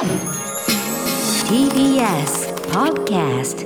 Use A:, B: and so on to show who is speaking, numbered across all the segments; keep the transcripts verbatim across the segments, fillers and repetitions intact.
A: ティービーエス Podcast。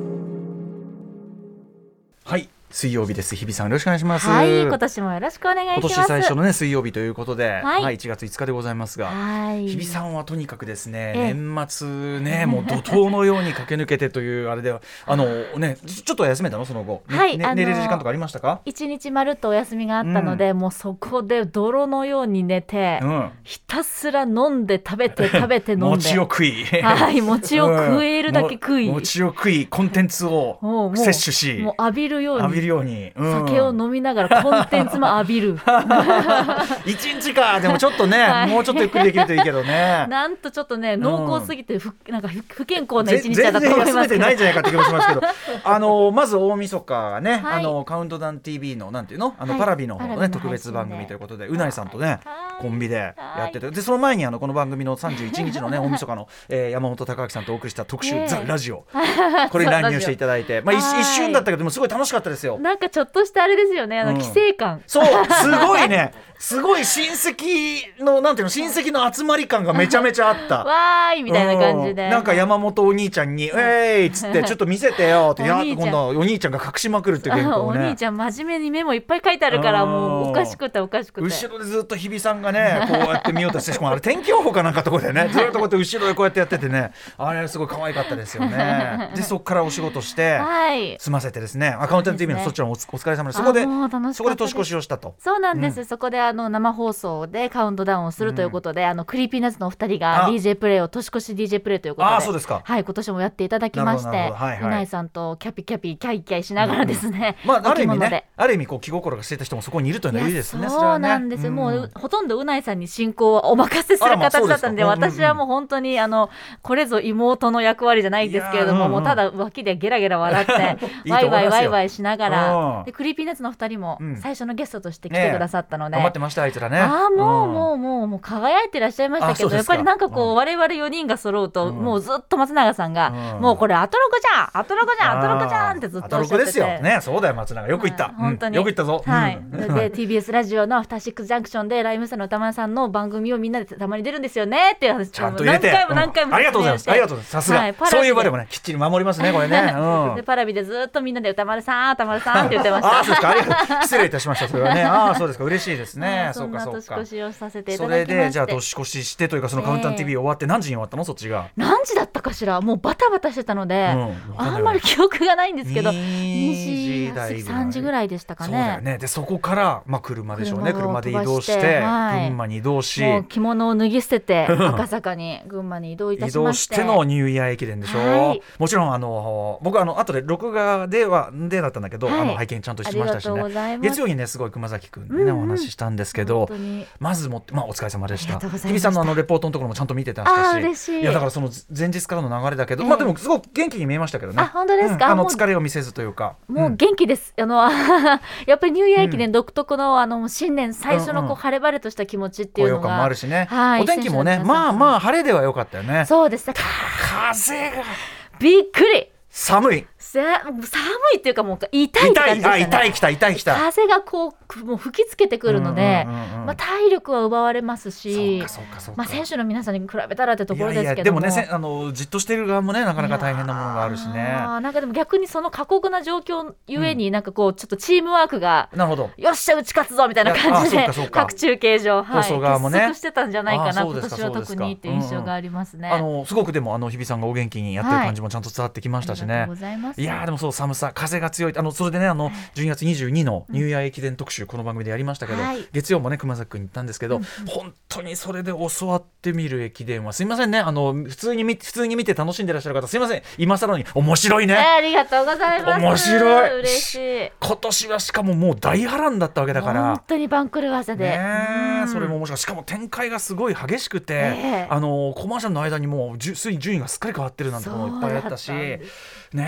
B: はい、水曜日です。日比さんよろしくお願いします。
C: はい、今年もよろしくお願いします。
B: 今年最初のね水曜日ということで、
C: はい
B: はい、いちがついつかでございますが、
C: はい、
B: 日比さんはとにかくですね、
C: ええ、
B: 年末ねもう怒涛のように駆け抜けてというあれではあのねちょっと休めたのその後、ねね、
C: はいあの
B: 寝れる時間とかありましたか？
C: 一日まるっとお休みがあったので、うん、もうそこで泥のように寝て、うん、ひたすら飲んで食べて食べて飲んで
B: 餅を食い
C: はい餅を食えるだけ食い、
B: うん、餅を食いコンテンツを摂取し
C: もう浴びるように
B: 浴びるように、
C: うん、酒を飲みながらコンテンツも浴びる
B: 一日かでもちょっとね、はい、もうちょっとゆっくりできるといいけどね
C: なんとちょっとね濃厚すぎてふなんか不健康な一日だったと思いますけど
B: 全然休めてないんじゃないかって気もしますけどあのまず大晦日がね、
C: はい、
B: あのカウントダウン ティーブイ のなんていうのあの、はい、パラビの方のね特別番組ということでうないさんとねコンビでやってて、でその前にあのこの番組のさんじゅういちにちのね大晦日の、えー、山本貴明さんとお送りした特集、ね、ザ・ラジオこれに乱入していただいてまあ一瞬だったけどでもすごい楽しかったですよ。
C: なんかちょっとしたあれですよね、あの規制感、
B: うん、そうすごいねすごい親戚のなんていうの親戚の集まり感がめちゃめちゃあった
C: わーいみたいな感じで、
B: うん、なんか山本お兄ちゃんに「えい!」っつってちょっと見せてよってや今度はお兄ちゃんが隠しまくるっていう原稿をね
C: お兄ちゃん真面目にメモいっぱい書いてあるからもうおかしくておかしくて
B: 後ろでずっと日比さんがねこうやって見ようとしてしかもあれ天気予報かなんかとこでねずっとこうやって後ろでこうやってやっててねあれすごい可愛かったですよねでそこからお仕事して、はい、済ませてですねアカウント ティーブイ のそちらも お, お疲れ様です。そこでそこで年越しをしたと。
C: そうなんです、うん、そこであの生放送でカウントダウンをするということで、うん、あのクリーピーナッツのお二人が ディージェー プレイを年越し ディージェー プレイということで、
B: あそうですか、
C: はい、今年もやっていただきまして、はいはい、うないさんとキャピキャピキャイキャイしながらですね、
B: うんまあ、ある意味ねある意味こう気心がしていた人もそこにいるというのはいいですね。
C: そうなんです、ねうん、もうほとんどうないさんに進行はお任せする形だったんで、私はもう本当にあのこれぞ妹の役割じゃないですけれども、うんうん、もうただ脇でゲラゲラ笑ってワイワイワイワイしながらでクリーピーナッツのふたりも最初のゲストとして来てくださったので、ね、
B: 頑張ってましたあいつらね。
C: あもう、うん、もうもうもう輝いてらっしゃいましたけど、やっぱりなんかこう、うん、我々よにんが揃うと、うん、もうずっと松永さんが、うん、もうこれアトロクじゃんアトロクじゃんアトロクじゃんってずっとおっしゃってて、アトロクですよね。そうだよ松永よく言った、 はい、本当に、
B: うん、よく言ったぞ、
C: はい、
B: うん、
C: で ティービーエス ラジオのアフターシックスジャンクションでライムスターの歌丸さんの番組をみんなでたまに出るんですよねっていう話
B: ちゃんと入れて
C: 何回も何回も、
B: うん、ありがとうございますありがとうございますさすが、はい、そういう場でもねきっちり守りますねこれね、うん、
C: でパラビでずっとみんなで歌丸さん歌丸さんって言ってました
B: あそうですかありがとう失礼いたしましたそれはねあそうですか嬉しいですね
C: そんな年越しをさせていた
B: そ
C: だきまして、
B: それでじゃあ年越ししてというかそのカウンター ティーブイ 終わって何時に終わったのそっちが
C: 何時だったかしらもうバタバタしてたので、うん、あんまり記憶がないんですけどにじさんじぐらいでしたかね。
B: そうだよね。でそこから、まあ、車でしょうね車で移動して、はい、群馬に移動し
C: もう着物を脱ぎ捨てて赤坂に群馬に移動いたしまして
B: 移動してのニューイヤー駅伝でしょ、はい、もちろんあの僕はあの後で録画ではでだったんだけど、はい、あの拝見ちゃんとしましたしね月曜にねすごい熊崎くんでね、うんうん、お話ししたんですけどまずもって、まあ、お疲れ様でした。日比さんのあのレポートのところもちゃんと見てたししいやだからその前日からの流れだけど、えー、まあでもすごく元気に見えましたけどね。
C: あ本当ですか、
B: うん、あの疲れを見せずというか
C: もう元気です、うん、あのやっぱりニューイヤー駅伝独特の、うん、あの新年最初のこう晴れ晴れとした気持ちっていうのが、
B: 高揚感もあるしね、
C: はい、
B: お天気もねまあまあ晴れでは良かったよね。
C: そうです
B: 風が
C: びっくり
B: 寒い
C: 寒いっていうかもう痛いって感じでしたね。
B: 痛いきた痛いきた
C: 風がこうもう吹きつけてくるので、うんうんうんうんまあ、体力は奪われますしまあ、選手の皆さんに比べたらってところですけどもいやいや
B: でもねあのじっとしている側もねなかなか大変なものがあるしね。
C: なんかでも逆にその過酷な状況ゆえに、うん、なんかこうちょっとチームワークが
B: なるほど
C: よっしゃ打ち勝つぞみたいな感じで各中継場、はい、
B: 放送側もね
C: 結束してたんじゃないかな今年は特にっていう印象がありますね。
B: うんうん、あのすごくでもあの日比さんがお元気にやってる感じもちゃんと伝わってきましたしね、はい、ありがとうございます。いやでもそう寒さ風が強いあのそれでねあのじゅうにがつにじゅうにのニューイヤー駅伝特集、うん、この番組でやりましたけど、はい、月曜もね熊崎くんに行ったんですけど、うん、本当にそれで教わってみる駅伝はすいませんねあの普通に見普通に見て楽しんでらっしゃる方すいません今更に面白いね、
C: えー、ありがとうございます。
B: 面白い
C: 嬉しい。
B: 今年はしかももう大波乱だったわけだから
C: 本当に番狂わせで、
B: ね、それも面白い。しかも展開がすごい激しくて、えー、あのコマーシャルの間にもう順位がすっかり変わってるなんてこともいっぱいあったしね、だから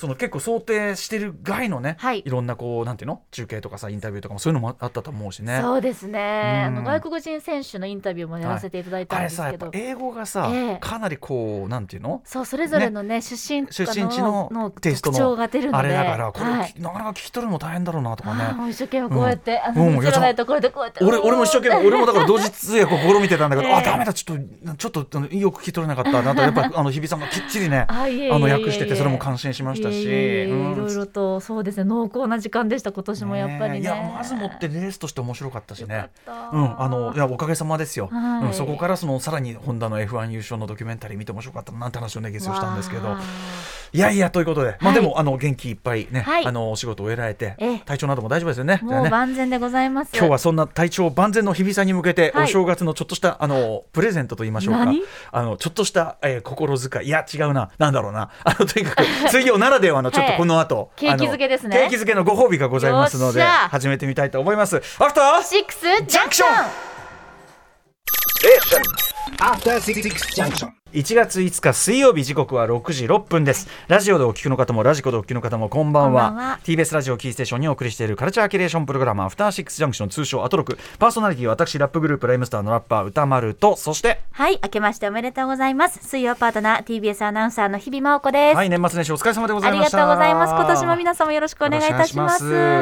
B: その結構想定してる外のね、
C: はい、
B: いろんなこうなんていうの中継とかさインタビューとかもそういうのもあったと思うしね。
C: そうですね、うん、あの外国人選手のインタビューもやらせていただいたんですけど、
B: はい、あれさやっぱ英語がさ、えー、かなりこうなんていうの
C: そうそれぞれのね、ね出身
B: 出身地の
C: の特徴が出るので
B: あれだからこれ、はい、なかなか聞き取るのも大変だろうなとかね。
C: 一生懸命こうやって、うん、あの知らないところでこうやって、
B: 俺, 俺も一生懸命俺もだから同時通訳を試みてたんだけど、えー、あダメだちょっとちょっとよく聞き取れなかったなとやっぱりあの日比さんがきっちりねあの訳しててそれも感心しましたし、い
C: ろいろとそうですね濃厚な時間でした今年もやっぱりね。
B: いやまずもってレースとして面白かったしね。うん、あのいやおかげさまですよ、はいうん、そこからそのさらにホンダの エフワン 優勝のドキュメンタリー見て面白かったなんて話をね月曜したんですけど、いやいやということで、まあ、でも、はい、あの元気いっぱいね、はい、あのお仕事を終えられて体調なども大丈夫ですよね。
C: もう万全でございます。
B: 今日はそんな体調万全の日比さんに向けて、はい、お正月のちょっとしたあのプレゼントと言いましょうか、あのちょっとした、えー、心遣いいや違うななんだろうなあのとにかく水曜ならではのちょっとこの後、
C: はい、ケーキ漬けですね。
B: ケーキ漬けのご褒美がございますので始めてみたいと思います。アフター
C: シックスジャンクション。
B: アフターシックスジャンクション。いちがついつか水曜日時刻はろくじろっぷんです。ラジオでお聞きの方もラジコでお聞きの方もこんばんは。こんばんは。 ティービーエス ラジオキーステーションにお送りしているカルチャーキュレーションプログラムアフターシックスジャンクション通称アトロク。パーソナリティは私ラップグループライムスターのラッパー歌丸と、そして
C: はい明けましておめでとうございます。水曜パートナー ティービーエス アナウンサーの日比真央子です。
B: はい、年末年始お疲れ様でございました。
C: ありがとうございます。今年も皆様よろしくお願いいたします。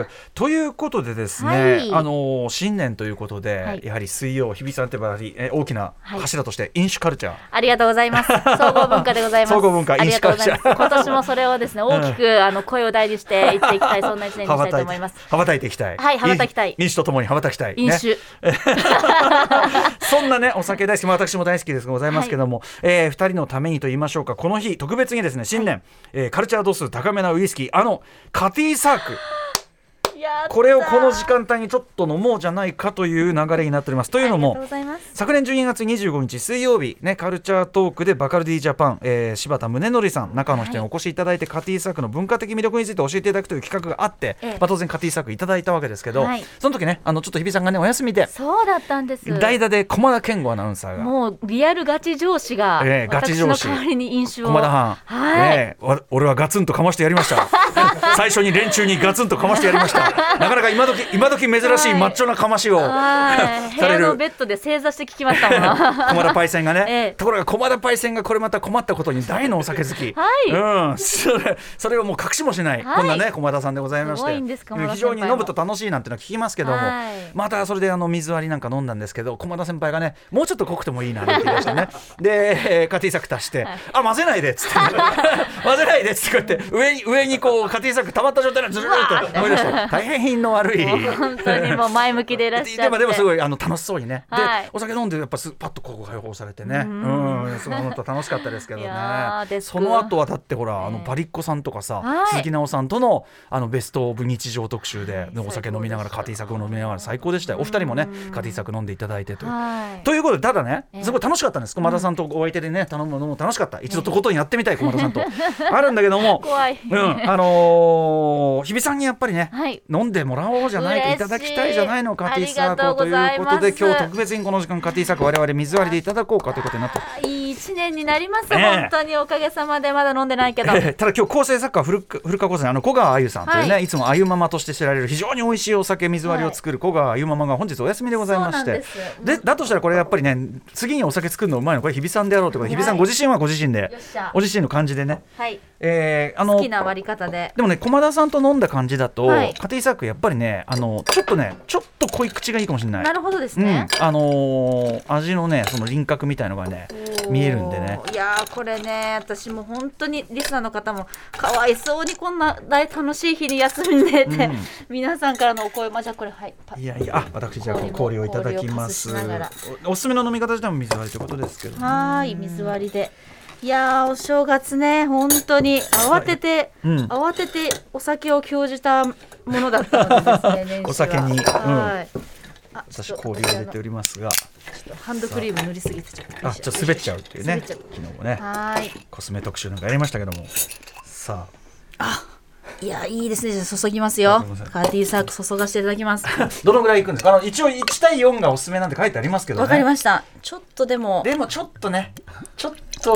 B: ということでですね、はい、あの新年ということで、はい、やはり水曜日比さんってばりえ大きな柱として飲酒カルチャー、はい、
C: ありがとうございます。総合文化でございます。
B: 総合文化飲酒カルチャー、
C: 今年もそれをですね大きく、うん、あの声を大にしていっていきたいそんな一年にしたいと思います。
B: 羽ばたいていきたい。
C: はい羽ばたきたい。
B: 飲酒とともに羽ばたきたい、ね、
C: 飲酒
B: そんなねお酒大好き、私も大好きですございますけども、はいえー、ふたりのためにと言いましょうか、この日特別にですね新年、はいえー、カルチャー度数高めなウイスキー、あのカティサークこれをこの時間帯にちょっと飲もうじゃないかという流れになっております。というのも昨年じゅうにがつにじゅうごにち水曜日、ね、カルチャートークでバカルディジャパン、えー、柴田宗則さん中の人にお越しいただいて、はい、カティサークの文化的魅力について教えていただくという企画があって、ええまあ、当然カティサークいただいたわけですけど、はい、その時ねあのちょっと日比さんがねお休みで、
C: そうだったんです。
B: 代打で駒田健吾アナウンサーが
C: もうリアルガチ上司が、えー、私の代わりに飲酒を
B: 駒田藩、はいえー、俺はガツンとかましてやりました最初に連中にガツンとかましてやりましたなかなか今時今時珍しいマッチョなかましを、
C: はい、部屋のベッドで正座して聞きましたもん
B: 駒田パイセンがね、ええ、ところが駒田パイセンがこれまた困ったことに大のお酒好き、はいうん、それそれをもう隠しもしない、はい、こんなね駒田さんでございまして、非常に飲むと楽しいなんてのは聞きますけども、はい、またそれであの水割りなんか飲んだんですけど、駒田先輩がねもうちょっと濃くてもいいなって言いましたねでカティサク足して、はい、あ混ぜないでっつって混ぜないでっつってこうやって上に上にこうカティサク溜まった状態でずるっと思い出して大変品の悪い
C: 本当にもう前向きでいらっしゃって
B: でもでもすごいあの楽しそうにね、はい、でお酒飲んでやっぱパッとここ解放されてね、うんうんその本当楽しかったですけどねその後はだってほらあのパリッコさんとかさ、はい、鈴木奈緒さんとのあのベストオブ日常特集で、はい、お酒飲みながらカティサクを飲みながら最高でしたよ。お二人もねカティサク飲んでいただいてという、はい、ということでただねすごい楽しかったんです。駒田さんとお相手でね頼むのも楽しかった。一度とことんやってみたい駒田さんとあるんだけども
C: 怖い、
B: うん、あのー、日比さんにやっぱりね、はい、飲んでもらおうじゃないといただきたいじゃないのカティサークということで今日特別にこの時間カティサーク我々水割りでいただこうかということになって
C: いい一年になります、えー、本当におかげさまでまだ飲んでないけど、えー、
B: ただ今日構成作家古川高専あの小川あゆさんというね、はい、いつもあゆママとして知られる非常に美味しいお酒水割りを作る小川あゆママが本日お休みでございまして、はい、でだとしたらこれやっぱりね次にお酒作るのうまいのこれ日比さんであろうということで、はい、日比さんご自身はご自身でご自身の感じでね、はい
C: えー、あの好きな割り方で
B: でもね駒田さんと飲んだ感じだと、はい、カティサークやっぱりねあのちょっとねちょっと濃い口がいいかもしれない。
C: なるほどですね、
B: うん、あのー、味のねその輪郭みたいのがね見えるんでね。
C: いやーこれね私も本当にリスナーの方もかわいそうにこんな大楽しい日に休んでて、うん、皆さんからのお声、まあ、じゃあこれはい
B: いやいやあ私じゃあ氷をいただきます。 お, おすすめの飲み方自体も水割りということですけど、ね、
C: はい水割りでいやーお正月ね本当に慌てて、はいうん、慌ててお酒を興じたものだったのでですね年始は
B: お酒に、
C: はい、
B: うん、私氷を入れておりますがち
C: ょっとハンドクリーム塗りすぎてちょっと
B: あちょっと滑っちゃうっていうね昨日もねはいコスメ特集なんかやりましたけどもさあ
C: あいやいいですね。じゃあ注ぎますよ。カーティーサーク注がしていただきます。
B: どのぐらいいくんですか。あの一応いちたいよんがおすすめなんて書いてありますけどね。
C: わかりました。ちょっとでも
B: でもちょっとねちょっと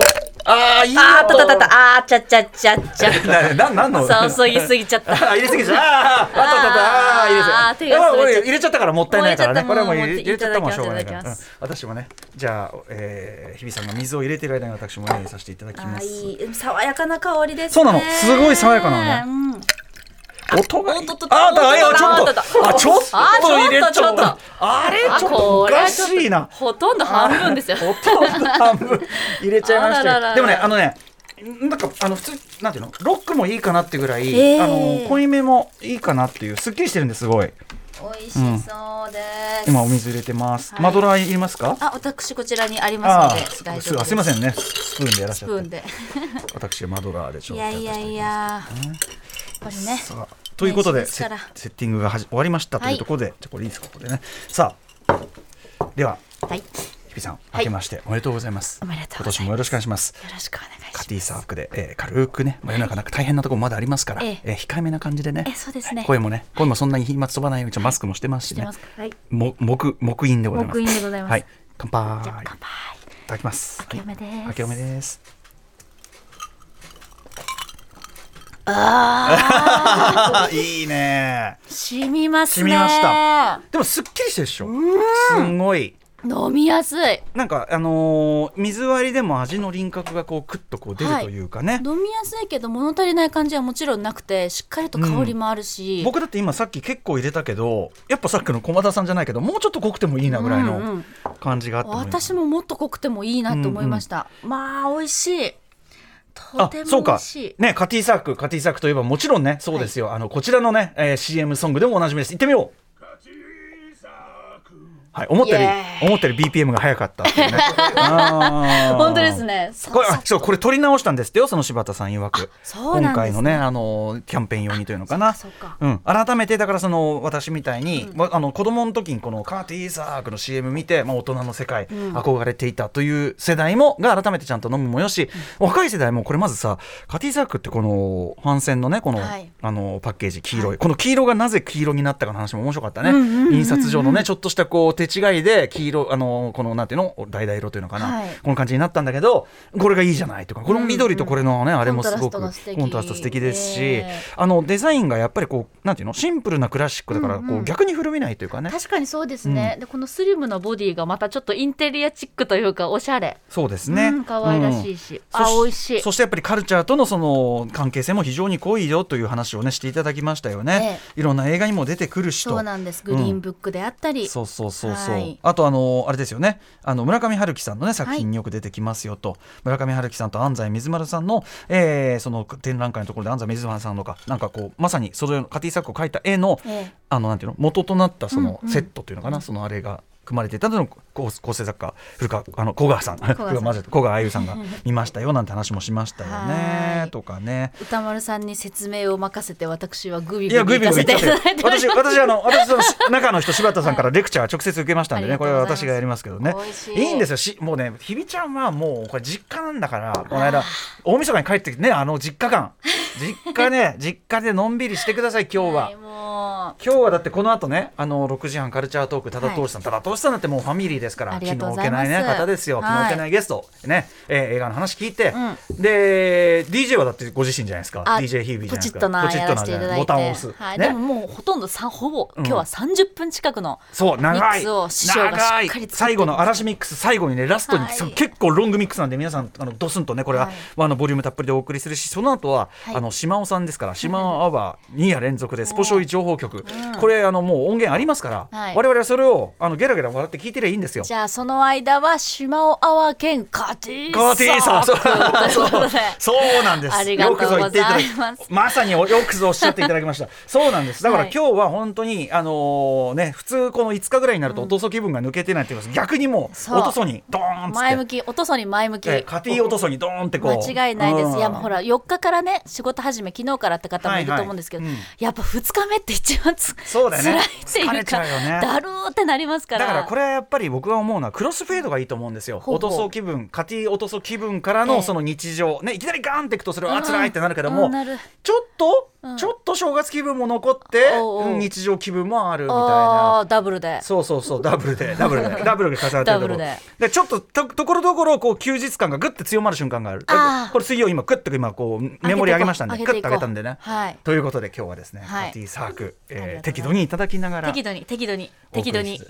B: ああいいよ
C: あーたたたたあーちゃちゃちゃちゃ
B: ななんの
C: そう注ぎすぎちゃった
B: あ入れすぎちゃったあーあたたたあー入れすぎ
C: あー手が滑っちゃった
B: 俺入れちゃったからもったいないからね
C: もう
B: これはもう
C: 入れちゃった
B: 入れちゃったもんしょうがないから、うん
C: いただきます、
B: 私もねじゃあ、えー、日比さんが水を入れている間に私もね入れさせていただきます。
C: あいい爽やかな香りですね。
B: そうなのすごい爽やかなのね、
C: うん、
B: 音がいい。
C: おっとっとっと
B: あだいやちょっと
C: おっとっとっと
B: あちょっと
C: あちょっと
B: 入れちゃった
C: ちょっと
B: あれ
C: あ
B: ちょっとおかしいな
C: ほとんど半分ですよ。
B: ほとんど半分入れちゃいました
C: あらららら
B: よ。でもねあのねなんかあの普通なんていうのロックもいいかなってぐらい、
C: えー、
B: あの濃いめもいいかなっていうすっきりしてるんですごい。
C: 美味しそうです、
B: うん、今お水入れてます、
C: はい、
B: マドラーいりますか？
C: あ私こちらにありますので大丈夫です。
B: あすいませんねスプーンでやらせて
C: スプーンで
B: 私はマドラーでちょっと
C: いやいやいやこれね
B: ということで、
C: ね、
B: セ, セッティングがはじ終わりましたというところで、はい、じゃこれいいですかここでねさあでは、
C: はい、
B: 日比さん明けましておめでとうございます。
C: おめでとうございます。
B: 今年もよろしくお願いします。
C: よろしくお願いします。
B: カティーサークで、えー、軽くね、まあ、世の中なんか大変なところまだありますから、えええー、控えめな感じでね、
C: えそうですね、
B: 声もね声もそんなに飛沫飛ばないうちはマスクもしてますしね、
C: はい、
B: も木木印でございます。
C: 木印でございます。
B: はい、乾杯。
C: じゃあ乾杯。
B: いただきます。
C: 明けおめです。
B: 明けおめです。
C: あ
B: いいね。
C: 染みますね。
B: 染みました。でもすっきりしてるでしょ。すごい。
C: 飲みやすい。
B: なんかあのー、水割りでも味の輪郭がこうクッとこう出るというかね、はい、
C: 飲みやすいけど物足りない感じはもちろんなくてしっかりと香りもあるし、
B: うん、僕だって今さっき結構入れたけどやっぱさっきの駒田さんじゃないけどもうちょっと濃くてもいいなぐらいの感じがあって、
C: うんうん、私ももっと濃くてもいいなと思いました、うんうん、まあ美味しい。とても美味しい。あ、そうか
B: ね、カティサークカティサークといえばもちろんねそうですよ、はい、あのこちらのね、えー、シーエム ソングでもおなじみです。行ってみよう。はい、思ったより思ったより ビーピーエム が早かったっていうねあ
C: 本当ですね。
B: これあそうこれ撮り直したんですってよその柴田さん曰く。
C: そうなんですね、
B: 今回のねあのキャンペーン用にというのかな。
C: そうか
B: うん、改めてだからその私みたいに、うん、あの子供の時にこのカーティーサークの シーエム 見て、まあ、大人の世界、うん、憧れていたという世代もが改めてちゃんと飲むもよし、うん、若い世代もこれまずさカーティーサークってこの帆船のねこの、はい、あのパッケージ黄色い、はい、この黄色がなぜ黄色になったかの話も面白かったね、うんうんうんうん、印刷上のねちょっとしたこう手違いで黄色あのこのなんていうの橙色というのかな、はい、この感じになったんだけどこれがいいじゃないとかこの緑とこれのね、うんうん、あれもすごくコントラスト素敵ですし、えー、あのデザインがやっぱりこうなんていうのシンプルなクラシックだからこう、うんうん、逆に古びないというかね。
C: 確かにそうですね、うん、でこのスリムのボディがまたちょっとインテリアチックというかおしゃれ。
B: そうですね、うん、
C: 可愛らしいし、うん、あ美味しい。
B: そしてやっぱりカルチャーとのその関係性も非常に濃いよという話をねしていただきましたよね、えー、いろんな映画にも出てくるしと。
C: そうなんです。グリーンブックであったり、うん、
B: そうそうそうそう、はい、あとあのあれですよねあの村上春樹さんの、ね、作品によく出てきますよと、はい、村上春樹さんと安西水丸さんの、えー、その展覧会のところで安西水丸さんのかなんかこうまさにそのカティーサークを描いた絵の、えー、あのなんていうの元となったそのセットというのかな、うんうん、そのあれが組まれていたのを構成作家古川あの小川さん小川あゆさんが見ましたよなんて話もしましたよねとかね。
C: 歌丸さんに説明を任せて私はグビグビ行かせていただいて
B: 私私あの私の中の人柴田さんからレクチャー直接受けましたんでね、はい、これは私がやりますけどねいいんですよしもうね日比ちゃんはもうこれ実家なんだからこの間大晦日に帰ってきてねあの実家感実家ね実家でのんびりしてください今日は、はい、もう今日はだってこの後ねあのろくじはんカルチャートーク多田投資さん、はい、多田投資さんだってもうファミリーですから気の置けない、ね、方ですよ、はい、気の置けないゲスト、ねえー、映画の話聞いて、うん、で ディージェー はだってご自身じゃないですか ディージェー ヒービーじゃないですか
C: ポチッとなやらせていただいて
B: ボタンを押す、
C: はいね、でももうほとんどさほぼ、うん、今日はさんじゅっぷん近くのミックスを師匠がしっかり作って
B: 最後の嵐ミックス最後にねラストに、はい、結構ロングミックスなんで皆さんあのドスンとねこれは、はい、あのボリュームたっぷりでお送りするしその後は、はい、あの島尾さんですから島尾アワーに夜連続でスポ少尉情報局、うん、これあのもう音源ありますから、はい、我々はそれをあのゲラゲラ笑って聞いてりゃいいんですよ。
C: じゃあその間は島尾アワー兼カティーサー
B: カティーサーそうそうなんです。
C: ありがとうございます。よくぞ言っていただき
B: まさによくぞおっしゃっていただきましたそうなんです。だから今日は本当に、はい、あのー、ね普通このいつかぐらいになるとおとそ気分が抜けてないって言います、うん、逆にもうおとそにドーンって
C: 前向きおとそに前向き、
B: えー、カティーおとそにドーンってこう
C: 間違いないです。いやもうほらよっかからね仕事始め昨日からって方もいると思うんですけど、はいはいうん、やっぱふつかめって一番つ
B: そうだよね、
C: 辛いっていうか
B: 疲れちゃうよね、
C: だるーってなりますから。
B: だからこれはやっぱり僕が思うのはクロスフェードがいいと思うんですよ。
C: ほうほう
B: 落とそう気分、カティ落とそう気分から
C: ええ
B: のその日常、ね、いきなりガーンっていくとそれは
C: うん
B: 辛いってなるけども、
C: うんなる
B: ちょっと、
C: うん
B: ちょっと正月気分も残って
C: おうおう
B: うん日常気分もあるみたい
C: あ
B: な。
C: ーダブルで
B: そうそうそう、ダブルでダブルでダブルで重なってるところ
C: ダブルで
B: でちょっととところどころこう休日感がグッて強まる瞬間がある。
C: あー
B: これ水曜今グッと今こうメモリ上げましたんでグッ
C: 上げていこう
B: と上げたんでね、
C: はい
B: ということで今日はですね、
C: はい
B: カティサーク、
C: ありがとうございます
B: えー適度にいただきながら
C: 適度に適度に適度に
B: お送り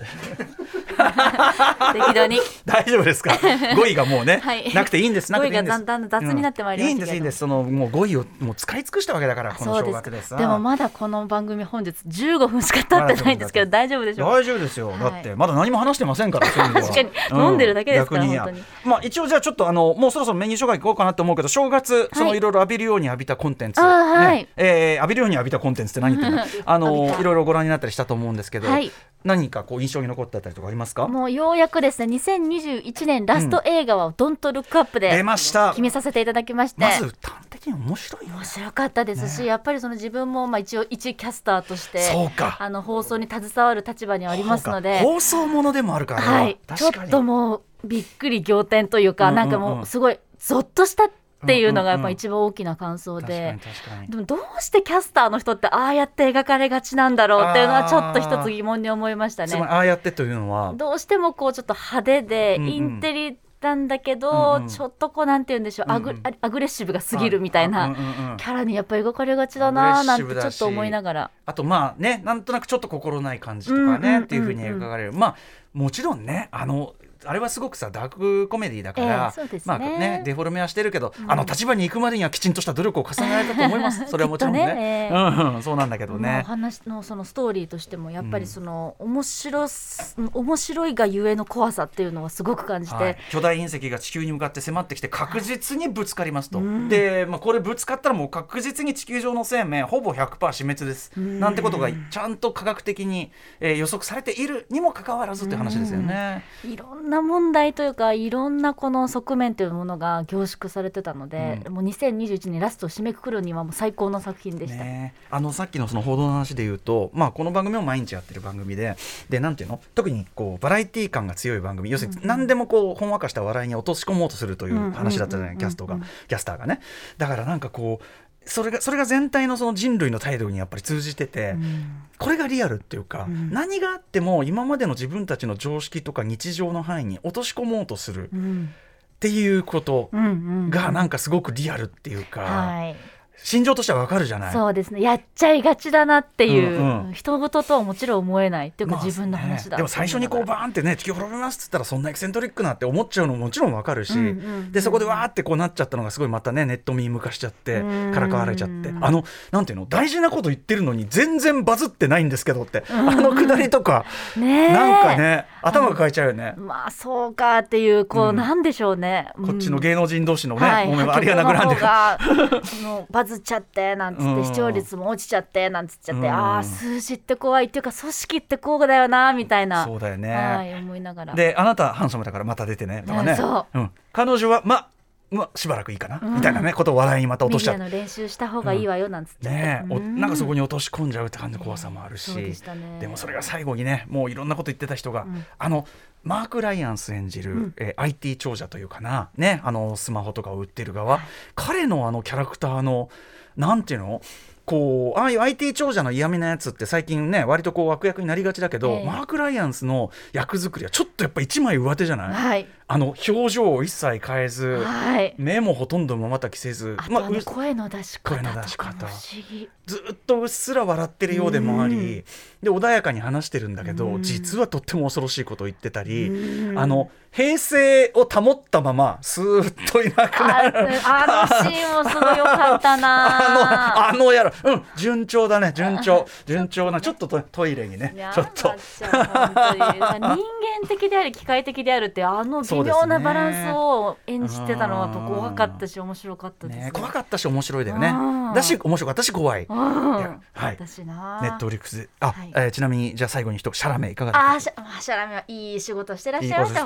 C: 適度に
B: 大丈夫ですか語彙がもうね、
C: はい
B: なくていいんですなくていいんです
C: 語彙がだんだん雑になってまいりましたけど
B: うんいいんですいいんですそのもう語彙をもう使い尽くしたわけだからこの
C: そう
B: 正月です
C: でもまだこの番組本日じゅうごふんしか経ってないんですけど大丈夫でしょうか。
B: 大丈夫ですよ、
C: はい
B: だってまだ何も話してませんからそういう意味では
C: 確かに飲んでるだけですから
B: 逆にいや
C: 本当に
B: まあ一応じゃあちょっとあのもうそろそろメニュー紹介いこうかなと思うけど正月そのいろいろ浴びるように浴びたコンテンツ、
C: あーはい
B: ねえー浴びるように浴びたコンテンツって何言ってんのあ
C: 浴びた
B: のいろいろご覧になったりしたと思うんですけど、
C: はい
B: 何かこう印象に残ってたりとかありますか？
C: もうようやくですねにせんにじゅういちねんラスト映画はドントルックアップで
B: 出ました。
C: 決めさせていただきまして、
B: まず端的に面白いよね
C: 面白かったですし、やっぱりその自分もまあ一応一キャスターとして
B: そうか
C: あの放送に携わる立場にはありますので、
B: 放送ものでもあるから、
C: はい、ちょ
B: 確かに
C: っともうびっくり仰天というか、
B: うんうんうん
C: なんかもうすごいゾッとしたっていうのがやっ
B: うんうんうん
C: ぱ一番大きな感想で、
B: 確かに確かに
C: でもどうしてキャスターの人ってああやって描かれがちなんだろうっていうのはちょっと一つ疑問に思いました
B: つまり
C: ね。
B: ああやってというのは
C: どうしてもこうちょっと派手で
B: うんうん
C: インテリなんだけど、
B: うんうん
C: ちょっとこうなんて言うんでしょう、アグ
B: うんうん
C: アグレッシブが過ぎるみたいな
B: うんうんうん
C: キャラにやっぱ描かれがちだなーなんて
B: アグレッシブだし
C: ちょっと思いながら、
B: あとまあねなんとなくちょっと心ない感じとかね、
C: うんうんうんうん
B: っていうふうに描かれるまあもちろんねあのあれはすごくさダークコメディだから、
C: ええそうですね
B: まあねデフォルメはしてるけど、
C: うん
B: あの立場に行くまでにはきちんとした努力を重ねられたと思いますそれはもちろんね
C: きっとねええ
B: うんうん、そうなんだけど
C: まあお
B: ね、
C: 話のそのストーリーとしてもやっぱりその面白す、面白いがゆえの怖さっていうのはすごく感じて、
B: はい、巨大隕石が地球に向かって迫ってきて確実にぶつかりますと、
C: うん
B: で、まあ、これぶつかったらもう確実に地球上の生命ほぼ ひゃくパーセント 死滅です、
C: うん
B: なんてことがちゃんと科学的に、えー予測されているにもかかわらずという話ですよね。
C: いろんな問題というかいろんなこの側面というものが凝縮されてたので、
B: うん
C: もうにせんにじゅういちねんラストを締めくくるにはもう最高の作品でした、
B: ね、あのさっきのその報道の話で言うと、まあ、この番組も毎日やってる番組ででなんていうの特にこうバラエティー感が強い番組要するに何でもこうほんわかした笑いに落とし込もうとするという話だったじゃない、
C: うん
B: キャストが
C: うんうん
B: キャスターがねだからなんかこうそれがそれが全体のその人類の態度にやっぱり通じてて、
C: うん
B: これがリアルっていうか、
C: うん
B: 何があっても今までの自分たちの常識とか日常の範囲に落とし込もうとする
C: うん
B: っていうこと
C: うんうん
B: がなんかすごくリアルっていうか、
C: はい
B: 心情としてはわかるじゃない。
C: そうですねやっちゃいがちだなっていう、
B: うんうん
C: 人事とはもちろん思えないっていうか、
B: まあ
C: 自分の話だ
B: ねでも最初にこうバーンってね地球滅びますっつったらそんなエキセントリックなって思っちゃうのももちろんわかるし、
C: うんうんうん
B: でそこでわーってこうなっちゃったのがすごいまたねネットミーム化しちゃって
C: うん
B: からかわれちゃってあのなんていうの大事なこと言ってるのに全然バズってないんですけどってあのくだりとか
C: ねえ
B: なんかね頭が変えちゃうよね。
C: まあそうかっていうこう、
B: うん
C: なんでしょうね、
B: こっちの芸能人同士のね、
C: はい、
B: もめアリアナ・グランデが
C: 破局の方がそのバズっちゃってなんつって、
B: うん
C: 視聴率も落ちちゃってなんつっちゃって、
B: うん
C: ああ数字って怖いっていうか組織ってこうだよなみたいな
B: そうだよね、
C: はい思いながら
B: であなたハンサムだからまた出てねとかね、
C: うんそ
B: うん、彼女はまあまあ、しばらくいいかな、
C: うん
B: みたいなねことを笑いにまた落としちゃう
C: メディアの練習した方がいいわよなんつっちゃって、
B: ねえお
C: うん
B: なんかそこに落とし込んじゃうって感じの怖さもあるし、
C: そうでしたね
B: でもそれが最後にねもういろんなこと言ってた人が、
C: うん
B: あのマーク・ライアンス演じる、
C: うん
B: えー アイティー 長者というかな、ね、あのスマホとかを売ってる側、彼のあのキャラクターのなんていうのこうああいう アイティー 長者の嫌味なやつって最近ね割とこう悪役になりがちだけど、
C: ええ
B: マーク・ライアンスの役作りはちょっとやっぱ一枚上手じゃない、
C: はい
B: あの表情を一切変えず、
C: はい
B: 目もほとんどまばたきせず
C: あと
B: まあう
C: あの声の出し方
B: 声の出し
C: とか
B: 方
C: も不思議
B: ずっとうっすら笑ってるようでもあり、
C: うん
B: で穏やかに話してるんだけど、
C: うん
B: 実はとっても恐ろしいことを言ってたり、
C: うん
B: あの平静を保ったままスーッといなくな
C: あ
B: る
C: あのシーンもすごい良かったな
B: あのあのやろうん順調だね順調順調なちょっとトトイレにね
C: や
B: ちょっと
C: だっちゃう本当に人間的であり機械的であるってあの微妙なバランスを演じてたのはやっぱ怖かったし面白かったです、
B: ね、怖かったし面白いだよね
C: うん
B: だし面白かったし怖い、
C: うん
B: いやはい
C: 私な
B: ネットフリックスであ、
C: はい
B: えーちなみにじゃあ最後に一シャラメいかがですか。
C: あーシャシャラメはいい仕事してらっしゃいました
B: いいことしましたね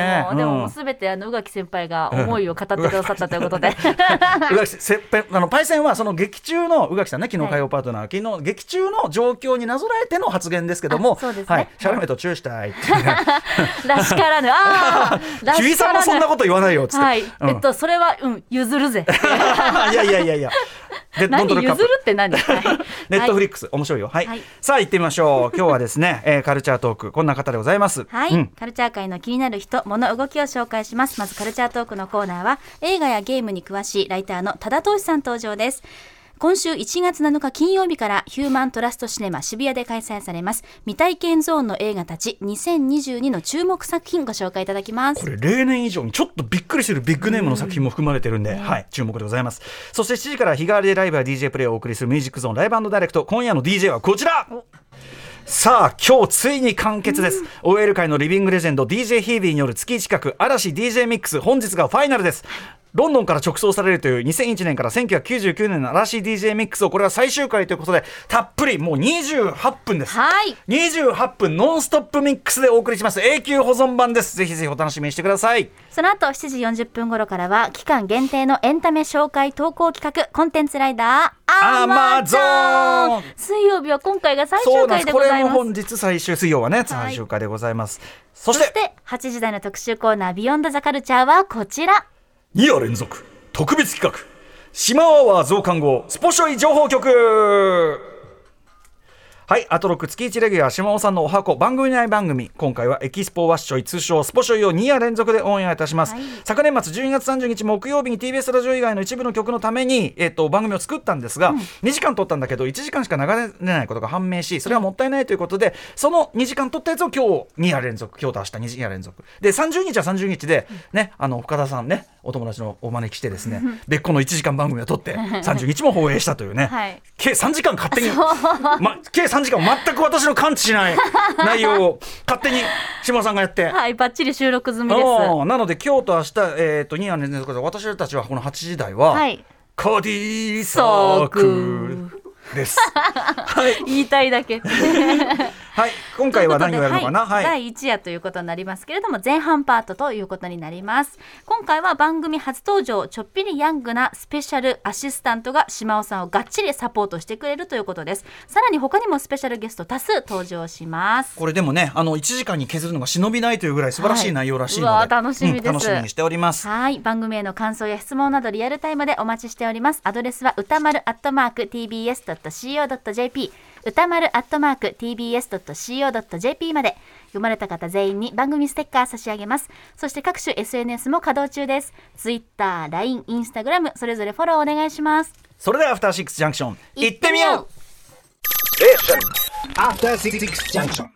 B: ね、
C: もうでもすべてあの宇垣先輩が思いを語ってくださったということで、
B: 宇垣せあのパイセンはその劇中の宇垣さんね、昨日火曜パートナー、はい、昨日劇中の状況になぞらえての発言ですけども、そうですね、はい、シャラメとチューしたいって
C: らしからぬ、あ
B: あキウイさんもそんなこと言わないよっつって、はい、
C: うん、えっとそれはうん譲るぜ
B: いやいやいやいや
C: 何譲るって何ネ
B: ットフリックス面白いよ、はいはい、さあ行ってみましょう。今日はですね、えー、カルチャートークこんな方でございます。
C: はい、うん、カルチャー界の気になる人物動きを紹介します。まずカルチャートークのコーナーは映画やゲームに詳しいライターの多田投資さん登場です。今週いちがつなのか金曜日からヒューマントラストシネマ渋谷で開催されます未体験ゾーンの映画たちにせんにじゅうにの注目作品ご紹介いただきます。
B: これ例年以上にちょっとびっくりするビッグネームの作品も含まれてるんで、うん、はい、注目でございます。そしてしちじから日替わりでライブや ディージェー プレイをお送りするミュージックゾーンライブ&ダイレクト、今夜の ディージェー はこちら。さあ今日ついに完結です、うん、オーエル 界のリビングレジェンド ディージェー ヒービーによる月近く嵐 ディージェー ミックス、本日がファイナルです。ロンドンから直送されるというにせんいちねんからせんきゅうひゃくきゅうじゅうきゅうねんの嵐 ディージェー ミックスを、これは最終回ということでたっぷりもうにじゅうはっぷんです、はい、にじゅうはっぷんノンストップミックスでお送りします。永久保存版です。ぜひぜひお楽しみにしてください。
C: その後しちじよんじゅっぷん頃からは期間限定のエンタメ紹介投稿企画コンテンツライダーアマゾン。水曜日は今回が最終回でございます。
B: これも本日最終水曜はね、はい、最終回でございます。そして、そして
C: はちじ台の特集コーナービヨンドザカルチャーはこちら。
B: に夜連続特別企画島アワー増刊号スポショイ情報局。はい、アトロック月いちレギュラー島尾さんのお箱番組内番組、今回はエキスポワッショイ通称スポショイをに夜連続でオンエアいたします、はい、昨年末じゅうにがつさんじゅうにち木曜日に ティービーエス ラジオ以外の一部の曲のために、えー、と番組を作ったんですが、うん、にじかん撮ったんだけどいちじかんしか流れないことが判明し、それはもったいないということで、そのにじかん撮ったやつを今日に夜連続、今日と明日に夜連続でさんじゅうにちはさんじゅうにちで、ね、あの深田さんね、お友達のお招きしてですね別個のいちじかん番組を撮ってさんじゅうにちも放映したというね、はい、計さんじかん勝手に、ま、計さんじかん全く私の感知しない内容を勝手に島さんがやって
C: はい、バッチリ収録済みです。
B: なので今日と明日、えー、とに夜連続で私たちはこのはちじ台は、はい、カディサークです、
C: はい、言いたいだけ
B: はい、今回は何をやるのかな、
C: はい、だいいち夜ということになりますけれども、前半パートということになります。今回は番組初登場ちょっぴりヤングなスペシャルアシスタントが島尾さんをがっちりサポートしてくれるということです。さらに他にもスペシャルゲスト多数登場します。
B: これでもね、あのいちじかんに削るのが忍びないというぐらい素晴らしい内容らしいので、はい、
C: うわ楽しみです、うん、
B: 楽しみにしております。
C: はい、番組への感想や質問などリアルタイムでお待ちしております。アドレスは歌丸アットマーク ティービーエスドットシーオードットジェーピー 歌丸アットマーク ティービーエスドットシーオードットジェーピー まで。読まれた方全員に番組ステッカー差し上げます。そして各種 エスエヌエス も稼働中です。 Twitter、ライン、Instagram それぞれフォローお願いします。
B: それではアフターシックスジャンクション行ってみよう。
D: アフターシックスジャンクション